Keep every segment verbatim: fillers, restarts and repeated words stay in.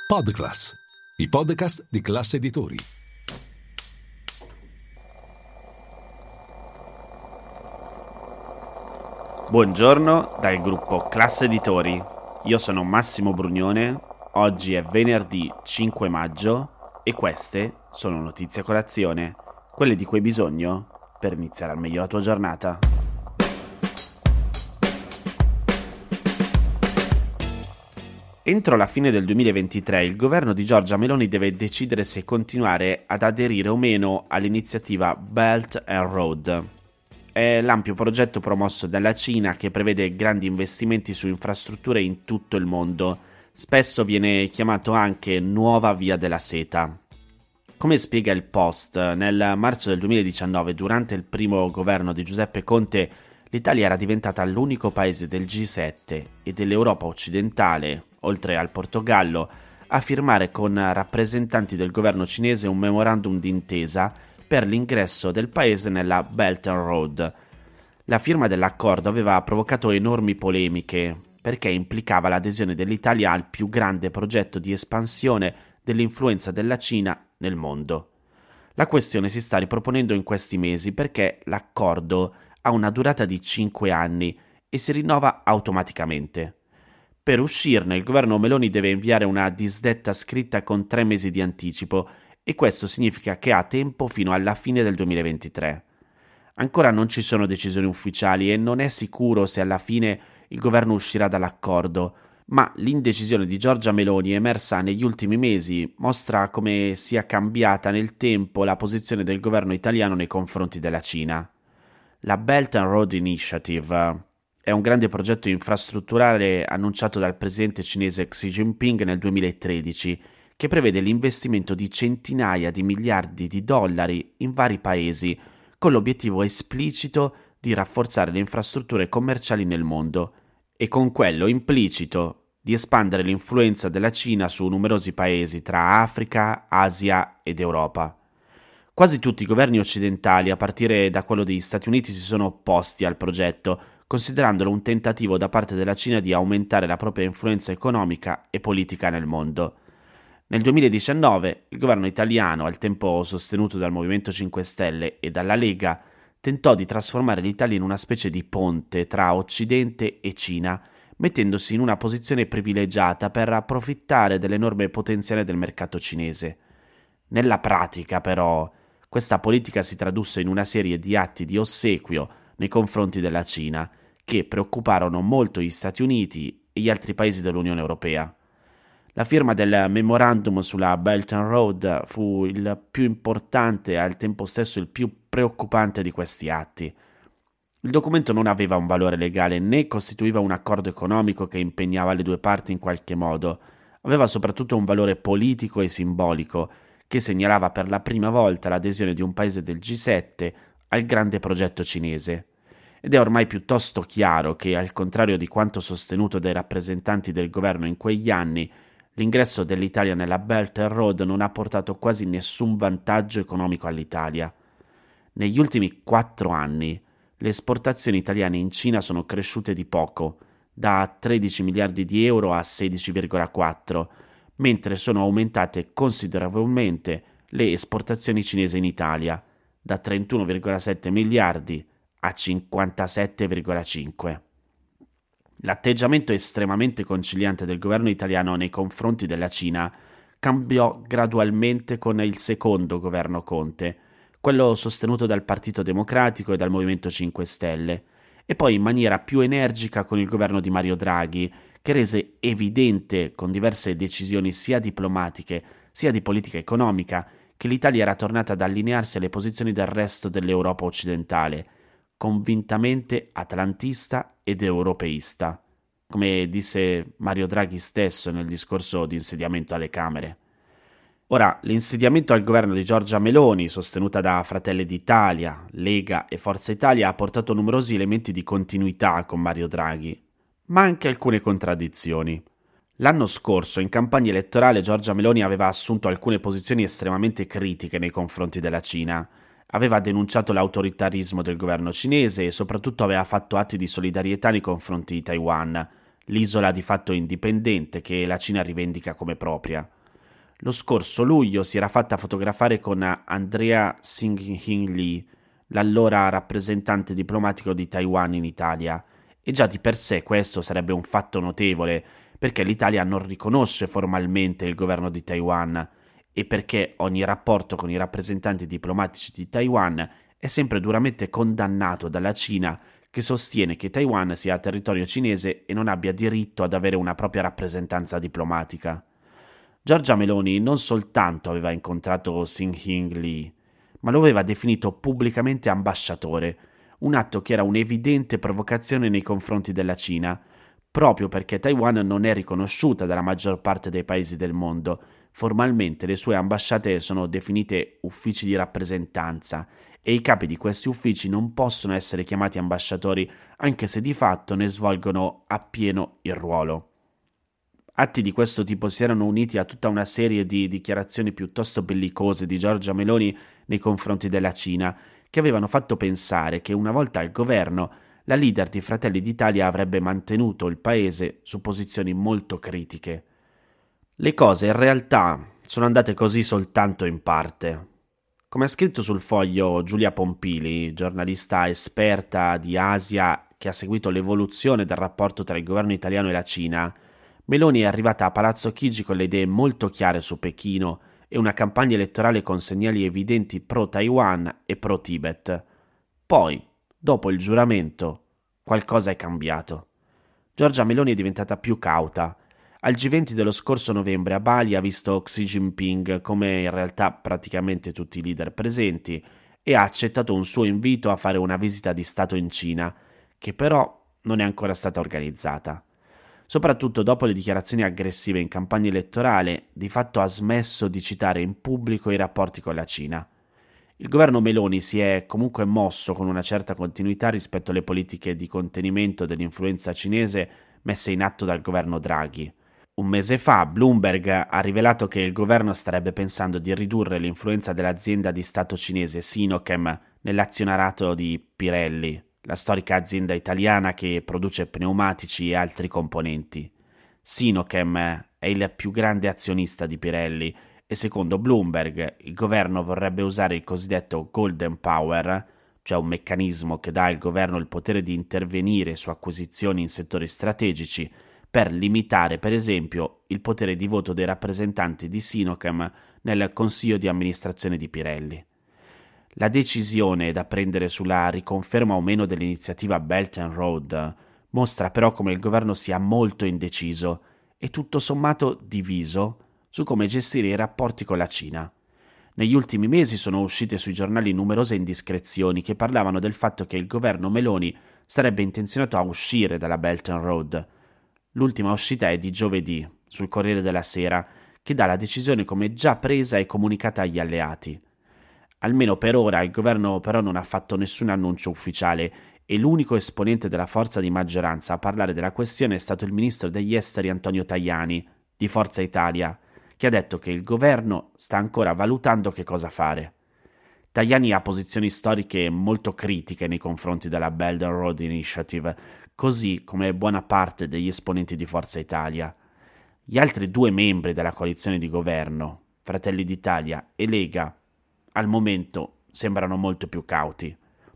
Podclass, i podcast di Classe Editori. Buongiorno dal gruppo Classe Editori. Io sono Massimo Brugnone. Oggi è venerdì cinque maggio e queste sono notizie a colazione, quelle di cui hai bisogno per iniziare al meglio la tua giornata. Entro la fine del duemilaventitré il governo di Giorgia Meloni deve decidere se continuare ad aderire o meno all'iniziativa Belt and Road. È l'ampio progetto promosso dalla Cina che prevede grandi investimenti su infrastrutture in tutto il mondo. Spesso viene chiamato anche Nuova Via della Seta. Come spiega il Post, nel marzo del duemiladiciannove, durante il primo governo di Giuseppe Conte, l'Italia era diventata l'unico paese del G sette e dell'Europa occidentale, oltre al Portogallo, a firmare con rappresentanti del governo cinese un memorandum d'intesa per l'ingresso del paese nella Belt and Road. La firma dell'accordo aveva provocato enormi polemiche perché implicava l'adesione dell'Italia al più grande progetto di espansione dell'influenza della Cina nel mondo. La questione si sta riproponendo in questi mesi perché l'accordo ha una durata di cinque anni e si rinnova automaticamente. Per uscirne il governo Meloni deve inviare una disdetta scritta con tre mesi di anticipo e questo significa che ha tempo fino alla fine del duemilaventitré. Ancora non ci sono decisioni ufficiali e non è sicuro se alla fine il governo uscirà dall'accordo, ma l'indecisione di Giorgia Meloni emersa negli ultimi mesi mostra come sia cambiata nel tempo la posizione del governo italiano nei confronti della Cina. La Belt and Road Initiative è un grande progetto infrastrutturale annunciato dal presidente cinese Xi Jinping nel duemilatredici, che prevede l'investimento di centinaia di miliardi di dollari in vari paesi, con l'obiettivo esplicito di rafforzare le infrastrutture commerciali nel mondo e con quello implicito di espandere l'influenza della Cina su numerosi paesi tra Africa, Asia ed Europa. Quasi tutti i governi occidentali, a partire da quello degli Stati Uniti, si sono opposti al progetto, considerandolo un tentativo da parte della Cina di aumentare la propria influenza economica e politica nel mondo. Nel duemiladiciannove il governo italiano, al tempo sostenuto dal Movimento cinque Stelle e dalla Lega, tentò di trasformare l'Italia in una specie di ponte tra Occidente e Cina, mettendosi in una posizione privilegiata per approfittare dell'enorme potenziale del mercato cinese. Nella pratica, però, questa politica si tradusse in una serie di atti di ossequio nei confronti della Cina, che preoccuparono molto gli Stati Uniti e gli altri paesi dell'Unione Europea. La firma del memorandum sulla Belt and Road fu il più importante e al tempo stesso il più preoccupante di questi atti. Il documento non aveva un valore legale né costituiva un accordo economico che impegnava le due parti in qualche modo, aveva soprattutto un valore politico e simbolico che segnalava per la prima volta l'adesione di un paese del G sette al grande progetto cinese. Ed è ormai piuttosto chiaro che, al contrario di quanto sostenuto dai rappresentanti del governo in quegli anni, l'ingresso dell'Italia nella Belt and Road non ha portato quasi nessun vantaggio economico all'Italia. Negli ultimi quattro anni le esportazioni italiane in Cina sono cresciute di poco, da tredici miliardi di euro a sedici virgola quattro, mentre sono aumentate considerevolmente le esportazioni cinesi in Italia, da trentuno virgola sette miliardi a cinquantasette virgola cinque. L'atteggiamento estremamente conciliante del governo italiano nei confronti della Cina cambiò gradualmente con il secondo governo Conte, quello sostenuto dal Partito Democratico e dal Movimento cinque Stelle, e poi in maniera più energica con il governo di Mario Draghi, che rese evidente con diverse decisioni sia diplomatiche sia di politica economica che l'Italia era tornata ad allinearsi alle posizioni del resto dell'Europa occidentale, convintamente atlantista ed europeista, come disse Mario Draghi stesso nel discorso di insediamento alle Camere. Ora, l'insediamento al governo di Giorgia Meloni, sostenuta da Fratelli d'Italia, Lega e Forza Italia, ha portato numerosi elementi di continuità con Mario Draghi, ma anche alcune contraddizioni. L'anno scorso, in campagna elettorale, Giorgia Meloni aveva assunto alcune posizioni estremamente critiche nei confronti della Cina. Aveva denunciato l'autoritarismo del governo cinese e soprattutto aveva fatto atti di solidarietà nei confronti di Taiwan, l'isola di fatto indipendente che la Cina rivendica come propria. Lo scorso luglio si era fatta fotografare con Andrea Sing-Hin Lee, l'allora rappresentante diplomatico di Taiwan in Italia, e già di per sé questo sarebbe un fatto notevole, perché l'Italia non riconosce formalmente il governo di Taiwan e perché ogni rapporto con i rappresentanti diplomatici di Taiwan è sempre duramente condannato dalla Cina, che sostiene che Taiwan sia territorio cinese e non abbia diritto ad avere una propria rappresentanza diplomatica. Giorgia Meloni non soltanto aveva incontrato Sing-Hin Lee, ma lo aveva definito pubblicamente ambasciatore, un atto che era un'evidente provocazione nei confronti della Cina, proprio perché Taiwan non è riconosciuta dalla maggior parte dei paesi del mondo. Formalmente le sue ambasciate sono definite uffici di rappresentanza e i capi di questi uffici non possono essere chiamati ambasciatori, anche se di fatto ne svolgono appieno il ruolo. Atti di questo tipo si erano uniti a tutta una serie di dichiarazioni piuttosto bellicose di Giorgia Meloni nei confronti della Cina, che avevano fatto pensare che una volta al governo la leader di Fratelli d'Italia avrebbe mantenuto il paese su posizioni molto critiche. Le cose in realtà sono andate così soltanto in parte. Come ha scritto sul Foglio Giulia Pompili, giornalista esperta di Asia che ha seguito l'evoluzione del rapporto tra il governo italiano e la Cina, Meloni è arrivata a Palazzo Chigi con le idee molto chiare su Pechino e una campagna elettorale con segnali evidenti pro-Taiwan e pro-Tibet. Poi, dopo il giuramento, qualcosa è cambiato. Giorgia Meloni è diventata più cauta. Al G venti dello scorso novembre a Bali ha visto Xi Jinping, come in realtà praticamente tutti i leader presenti, e ha accettato un suo invito a fare una visita di Stato in Cina, che però non è ancora stata organizzata. Soprattutto dopo le dichiarazioni aggressive in campagna elettorale, di fatto ha smesso di citare in pubblico i rapporti con la Cina. Il governo Meloni si è comunque mosso con una certa continuità rispetto alle politiche di contenimento dell'influenza cinese messe in atto dal governo Draghi. Un mese fa Bloomberg ha rivelato che il governo starebbe pensando di ridurre l'influenza dell'azienda di Stato cinese Sinochem nell'azionariato di Pirelli, la storica azienda italiana che produce pneumatici e altri componenti. Sinochem è il più grande azionista di Pirelli e secondo Bloomberg il governo vorrebbe usare il cosiddetto Golden Power, cioè un meccanismo che dà al governo il potere di intervenire su acquisizioni in settori strategici, per limitare per esempio il potere di voto dei rappresentanti di Sinochem nel consiglio di amministrazione di Pirelli. La decisione da prendere sulla riconferma o meno dell'iniziativa Belt and Road mostra però come il governo sia molto indeciso e tutto sommato diviso su come gestire i rapporti con la Cina. Negli ultimi mesi sono uscite sui giornali numerose indiscrezioni che parlavano del fatto che il governo Meloni sarebbe intenzionato a uscire dalla Belt and Road. L'ultima uscita è di giovedì, sul Corriere della Sera, che dà la decisione come già presa e comunicata agli alleati. Almeno per ora il governo però non ha fatto nessun annuncio ufficiale e l'unico esponente della forza di maggioranza a parlare della questione è stato il ministro degli esteri Antonio Tajani, di Forza Italia, che ha detto che il governo sta ancora valutando che cosa fare. Tajani ha posizioni storiche molto critiche nei confronti della Belt and Road Initiative, così come buona parte degli esponenti di Forza Italia. Gli altri due membri della coalizione di governo, Fratelli d'Italia e Lega, al momento sembrano molto più cauti.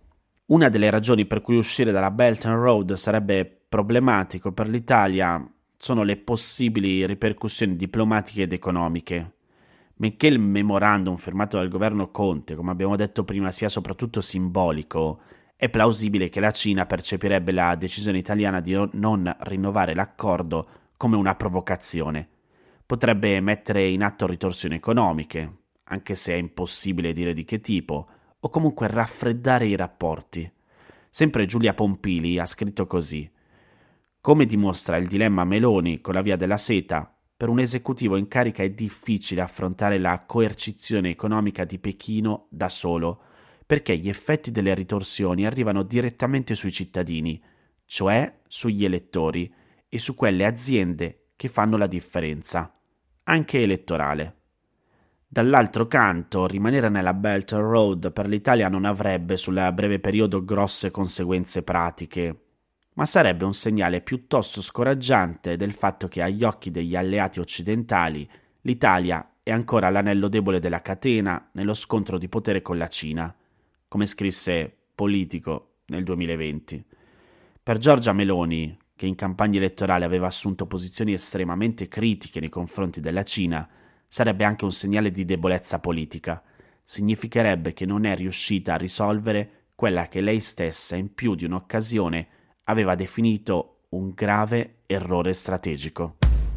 Una delle ragioni per cui uscire dalla Belt and Road sarebbe problematico per l'Italia sono le possibili ripercussioni diplomatiche ed economiche. Benché il memorandum firmato dal governo Conte, come abbiamo detto prima, sia soprattutto simbolico, è plausibile che la Cina percepirebbe la decisione italiana di non rinnovare l'accordo come una provocazione. Potrebbe mettere in atto ritorsioni economiche, anche se è impossibile dire di che tipo, o comunque raffreddare i rapporti. Sempre Giulia Pompili ha scritto così: come dimostra il dilemma Meloni con la via della seta, per un esecutivo in carica è difficile affrontare la coercizione economica di Pechino da solo, perché gli effetti delle ritorsioni arrivano direttamente sui cittadini, cioè sugli elettori e su quelle aziende che fanno la differenza, anche elettorale. Dall'altro canto, rimanere nella Belt and Road per l'Italia non avrebbe sul breve periodo grosse conseguenze pratiche, ma sarebbe un segnale piuttosto scoraggiante del fatto che agli occhi degli alleati occidentali l'Italia è è ancora l'anello debole della catena nello scontro di potere con la Cina, come scrisse Politico nel duemilaventi. Per Giorgia Meloni, che in campagna elettorale aveva assunto posizioni estremamente critiche nei confronti della Cina, sarebbe anche un segnale di debolezza politica. Significherebbe che non è riuscita a risolvere quella che lei stessa in più di un'occasione aveva definito un grave errore strategico.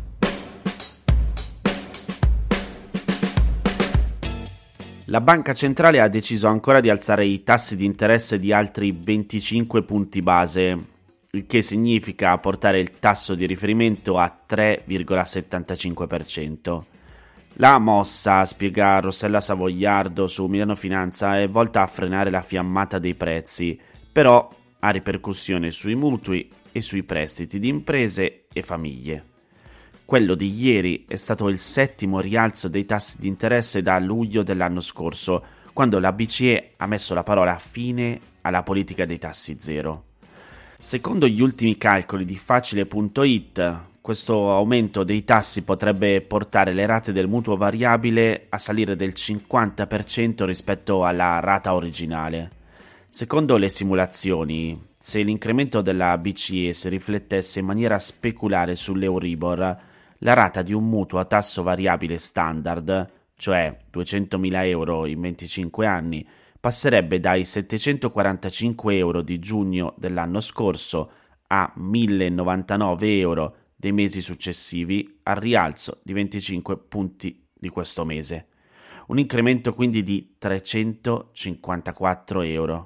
La banca centrale ha deciso ancora di alzare i tassi di interesse di altri venticinque punti base, il che significa portare il tasso di riferimento a tre virgola settantacinque per cento. La mossa, spiega Rossella Savoiardo su Milano Finanza, è volta a frenare la fiammata dei prezzi, però ha ripercussioni sui mutui e sui prestiti di imprese e famiglie. Quello di ieri è stato il settimo rialzo dei tassi di interesse da luglio dell'anno scorso, quando la B C E ha messo la parola fine alla politica dei tassi zero. Secondo gli ultimi calcoli di Facile punto it, questo aumento dei tassi potrebbe portare le rate del mutuo variabile a salire del cinquanta per cento rispetto alla rata originale. Secondo le simulazioni, se l'incremento della B C E si riflettesse in maniera speculare sull'Euribor, la rata di un mutuo a tasso variabile standard, cioè duecentomila euro in venticinque anni, passerebbe dai settecentoquarantacinque euro di giugno dell'anno scorso a millenovantanove euro dei mesi successivi, al rialzo di venticinque punti di questo mese. Un incremento quindi di trecentocinquantaquattro euro.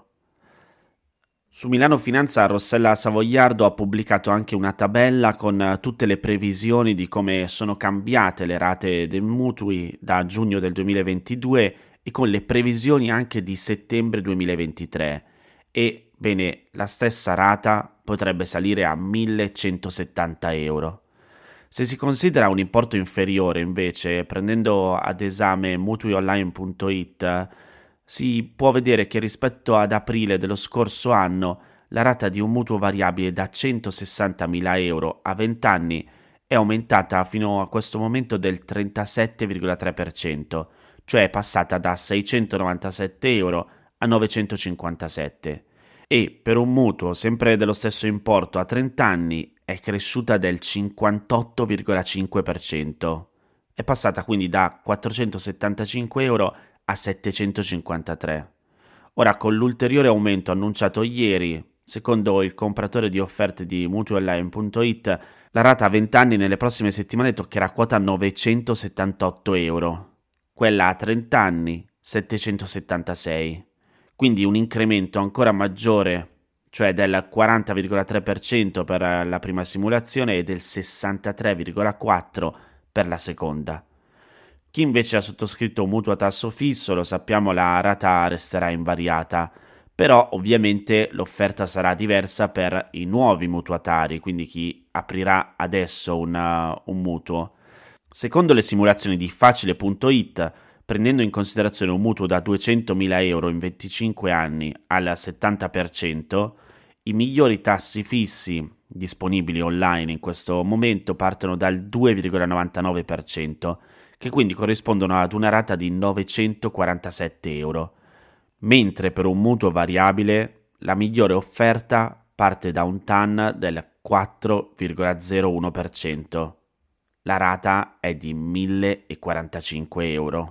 Su Milano Finanza Rossella Savoiardo ha pubblicato anche una tabella con tutte le previsioni di come sono cambiate le rate dei mutui da giugno del duemilaventidue e con le previsioni anche di settembre duemilaventitré. E, bene, la stessa rata potrebbe salire a millecentosettanta euro. Se si considera un importo inferiore, invece, prendendo ad esame mutuionline punto it, si può vedere che rispetto ad aprile dello scorso anno la rata di un mutuo variabile da centosessantamila euro a venti anni è aumentata fino a questo momento del trentasette virgola tre per cento, cioè è passata da seicentonovantasette euro a novecentocinquantasette, e per un mutuo sempre dello stesso importo a trenta anni è cresciuta del cinquantotto virgola cinque per cento. È passata quindi da quattrocentosettantacinque euro a settecentocinquantatré. Ora, con l'ulteriore aumento annunciato ieri, secondo il compratore di offerte di mutuionline punto it, la rata a venti anni nelle prossime settimane toccherà quota novecentosettantotto euro, quella a trenta anni settecentosettantasei, quindi un incremento ancora maggiore, cioè del quaranta virgola tre per cento per la prima simulazione e del sessantatré virgola quattro per cento per la seconda. Chi invece ha sottoscritto un mutuo a tasso fisso, lo sappiamo, la rata resterà invariata, però ovviamente l'offerta sarà diversa per i nuovi mutuatari, quindi chi aprirà adesso una, un mutuo. Secondo le simulazioni di Facile punto it, prendendo in considerazione un mutuo da duecentomila euro in venticinque anni al settanta per cento, i migliori tassi fissi disponibili online in questo momento partono dal due virgola novantanove per cento, che quindi corrispondono ad una rata di novecentoquarantasette euro, mentre per un mutuo variabile la migliore offerta parte da un T A N del quattro virgola zero uno per cento. La rata è di millequarantacinque euro.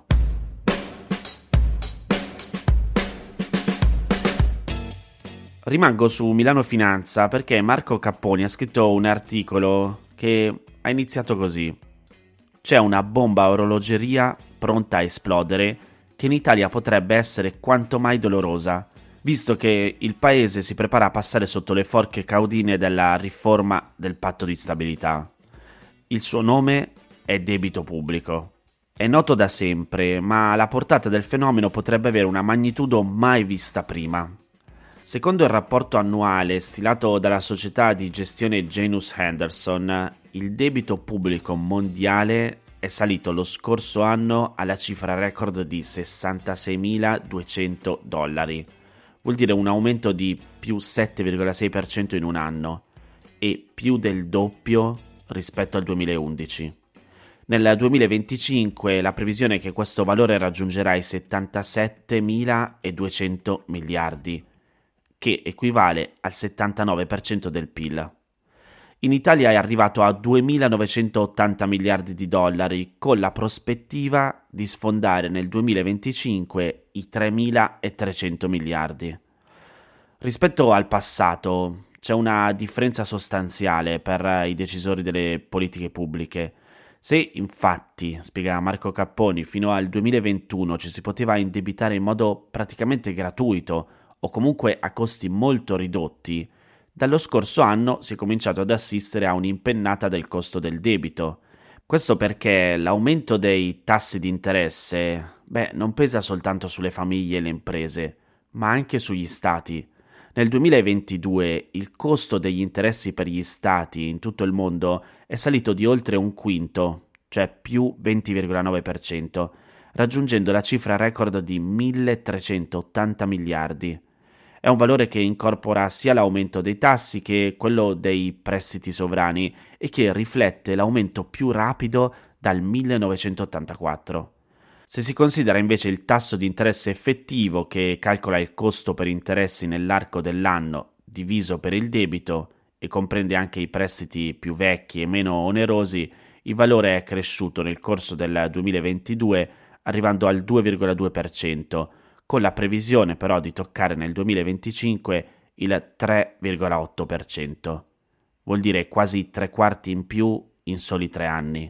Rimango su Milano Finanza perché Marco Capponi ha scritto un articolo che ha iniziato così: c'è una bomba a orologeria pronta a esplodere che in Italia potrebbe essere quanto mai dolorosa, visto che il paese si prepara a passare sotto le forche caudine della riforma del patto di stabilità. Il suo nome è debito pubblico. È noto da sempre, ma la portata del fenomeno potrebbe avere una magnitudo mai vista prima. Secondo il rapporto annuale stilato dalla società di gestione Janus Henderson, il debito pubblico mondiale è salito lo scorso anno alla cifra record di sessantaseimiladuecento dollari. Vuol dire un aumento di più sette virgola sei per cento in un anno e più del doppio rispetto al duemilaundici. Nel duemilaventicinque la previsione è che questo valore raggiungerà i settantasettemiladuecento miliardi, che equivale al settantanove per cento del P I L. In Italia è arrivato a duemilanovecentottanta miliardi di dollari, con la prospettiva di sfondare nel duemilaventicinque i tremilatrecento miliardi. Rispetto al passato c'è una differenza sostanziale per i decisori delle politiche pubbliche. Se infatti, spiega Marco Capponi, fino al duemilaventuno ci si poteva indebitare in modo praticamente gratuito o comunque a costi molto ridotti, dallo scorso anno si è cominciato ad assistere a un'impennata del costo del debito. Questo perché l'aumento dei tassi di interesse, beh, non pesa soltanto sulle famiglie e le imprese, ma anche sugli stati. Nel duemilaventidue il costo degli interessi per gli stati in tutto il mondo è salito di oltre un quinto, cioè più venti virgola nove per cento, raggiungendo la cifra record di milletrecentottanta miliardi. È un valore che incorpora sia l'aumento dei tassi che quello dei prestiti sovrani e che riflette l'aumento più rapido dal millenovecentottantaquattro. Se si considera invece il tasso di interesse effettivo, che calcola il costo per interessi nell'arco dell'anno diviso per il debito e comprende anche i prestiti più vecchi e meno onerosi, il valore è cresciuto nel corso del duemilaventidue arrivando al due virgola due per cento, con la previsione però di toccare nel duemilaventicinque il tre virgola otto per cento. Vuol dire quasi tre quarti in più in soli tre anni.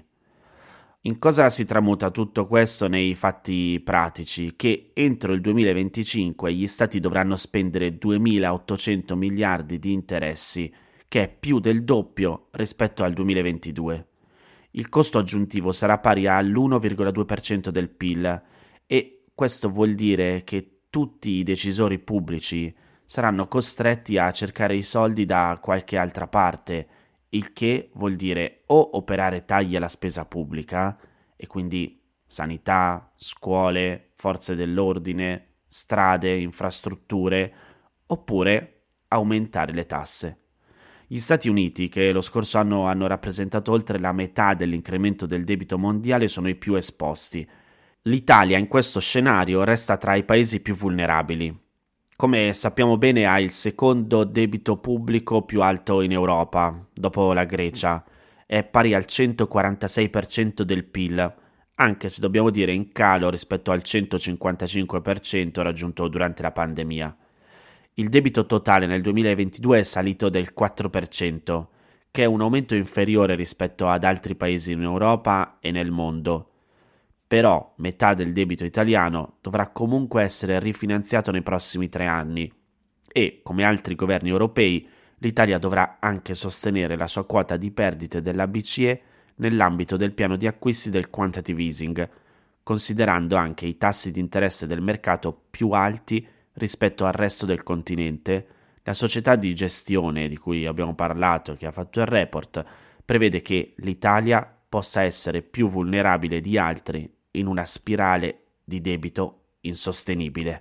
In cosa si tramuta tutto questo nei fatti pratici? Che entro il duemilaventicinque gli stati dovranno spendere duemilaottocento miliardi di interessi, che è più del doppio rispetto al duemilaventidue. Il costo aggiuntivo sarà pari all'uno virgola due per cento del P I L e questo vuol dire che tutti i decisori pubblici saranno costretti a cercare i soldi da qualche altra parte, il che vuol dire o operare tagli alla spesa pubblica, e quindi sanità, scuole, forze dell'ordine, strade, infrastrutture, oppure aumentare le tasse. Gli Stati Uniti, che lo scorso anno hanno rappresentato oltre la metà dell'incremento del debito mondiale, sono i più esposti. L'Italia in questo scenario resta tra i paesi più vulnerabili. Come sappiamo bene, ha il secondo debito pubblico più alto in Europa, dopo la Grecia. È pari al centoquarantasei per cento del P I L, anche se dobbiamo dire in calo rispetto al centocinquantacinque per cento raggiunto durante la pandemia. Il debito totale nel duemilaventidue è salito del quattro per cento, che è un aumento inferiore rispetto ad altri paesi in Europa e nel mondo. Però metà del debito italiano dovrà comunque essere rifinanziato nei prossimi tre anni e, come altri governi europei, l'Italia dovrà anche sostenere la sua quota di perdite della B C E nell'ambito del piano di acquisti del quantitative easing, considerando anche i tassi di interesse del mercato più alti rispetto al resto del continente. La società di gestione di cui abbiamo parlato, che ha fatto il report, prevede che l'Italia possa essere più vulnerabile di altri in una spirale di debito insostenibile.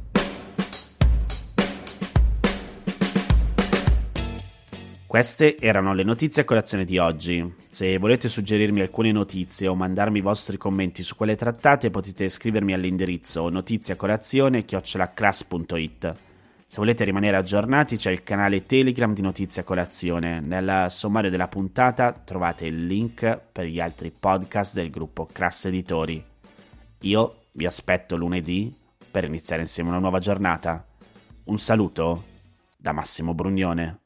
Queste erano le notizie a colazione di oggi. Se volete suggerirmi alcune notizie o mandarmi i vostri commenti su quelle trattate, potete scrivermi all'indirizzo notiziacolazione chiocciola class punto it. Se volete rimanere aggiornati c'è il canale Telegram di Notizia Colazione. Nel sommario della puntata trovate il link per gli altri podcast del gruppo Class Editori. Io vi aspetto lunedì per iniziare insieme una nuova giornata. Un saluto da Massimo Brugnone.